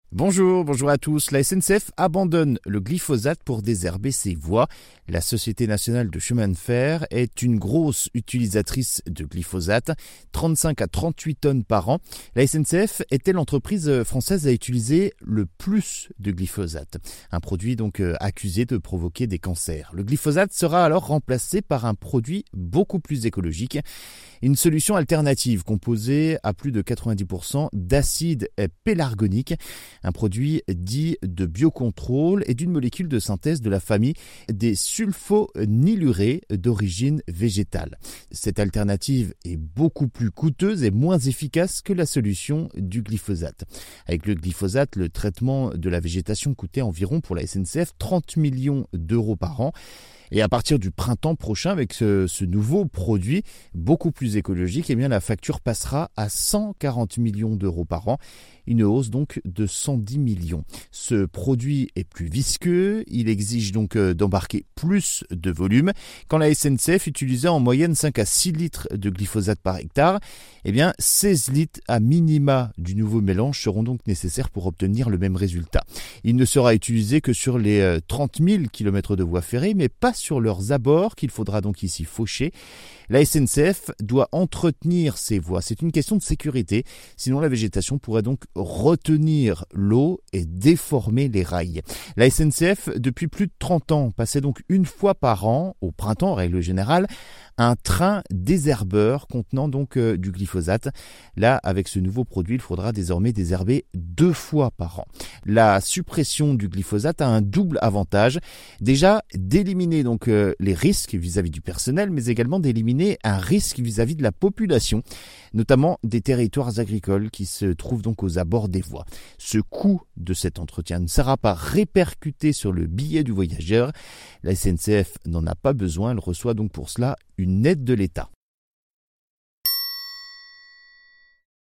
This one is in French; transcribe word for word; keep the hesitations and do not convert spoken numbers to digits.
Bonjour, bonjour à tous. La S N C F abandonne le glyphosate pour désherber ses voies. La Société nationale de chemin de fer est une grosse utilisatrice de glyphosate, trente-cinq à trente-huit tonnes par an. La S N C F était l'entreprise française à utiliser le plus de glyphosate, un produit donc accusé de provoquer des cancers. Le glyphosate sera alors remplacé par un produit beaucoup plus écologique, une solution alternative composée à plus de quatre-vingt-dix pour cent d'acide pélargonique, un produit dit de biocontrôle et d'une molécule de synthèse de la famille des sulfonylurées d'origine végétale. Cette alternative est beaucoup plus coûteuse et moins efficace que la solution du glyphosate. Avec le glyphosate, le traitement de la végétation coûtait environ pour la S N C F trente millions d'euros par an. Et à partir du printemps prochain, avec ce, ce nouveau produit beaucoup plus écologique, eh bien la facture passera à cent quarante millions d'euros par an, une hausse donc de cent dix millions. Ce produit est plus visqueux, il exige donc d'embarquer plus de volume. Quand la S N C F utilisait en moyenne cinq à six litres de glyphosate par hectare, eh bien seize litres à minima du nouveau mélange seront donc nécessaires pour obtenir le même résultat. Il ne sera utilisé que sur les trente mille kilomètres de voies ferrées, mais pas sur leurs abords qu'il faudra donc ici faucher. La S N C F doit entretenir ces voies. C'est une question de sécurité. Sinon, la végétation pourrait donc retenir l'eau et déformer les rails. La S N C F, depuis plus de trente ans, passait donc une fois par an, au printemps en règle générale, un train désherbeur contenant donc euh, du glyphosate. Là, avec ce nouveau produit, il faudra désormais désherber deux fois par an. La suppression du glyphosate a un double avantage. Déjà, d'éliminer donc euh, les risques vis-à-vis du personnel, mais également d'éliminer un risque vis-à-vis de la population, notamment des territoires agricoles qui se trouvent donc aux abords des voies. Ce coût de cet entretien ne sera pas répercuté sur le billet du voyageur. La S N C F n'en a pas besoin, elle reçoit donc pour cela une aide de l'État.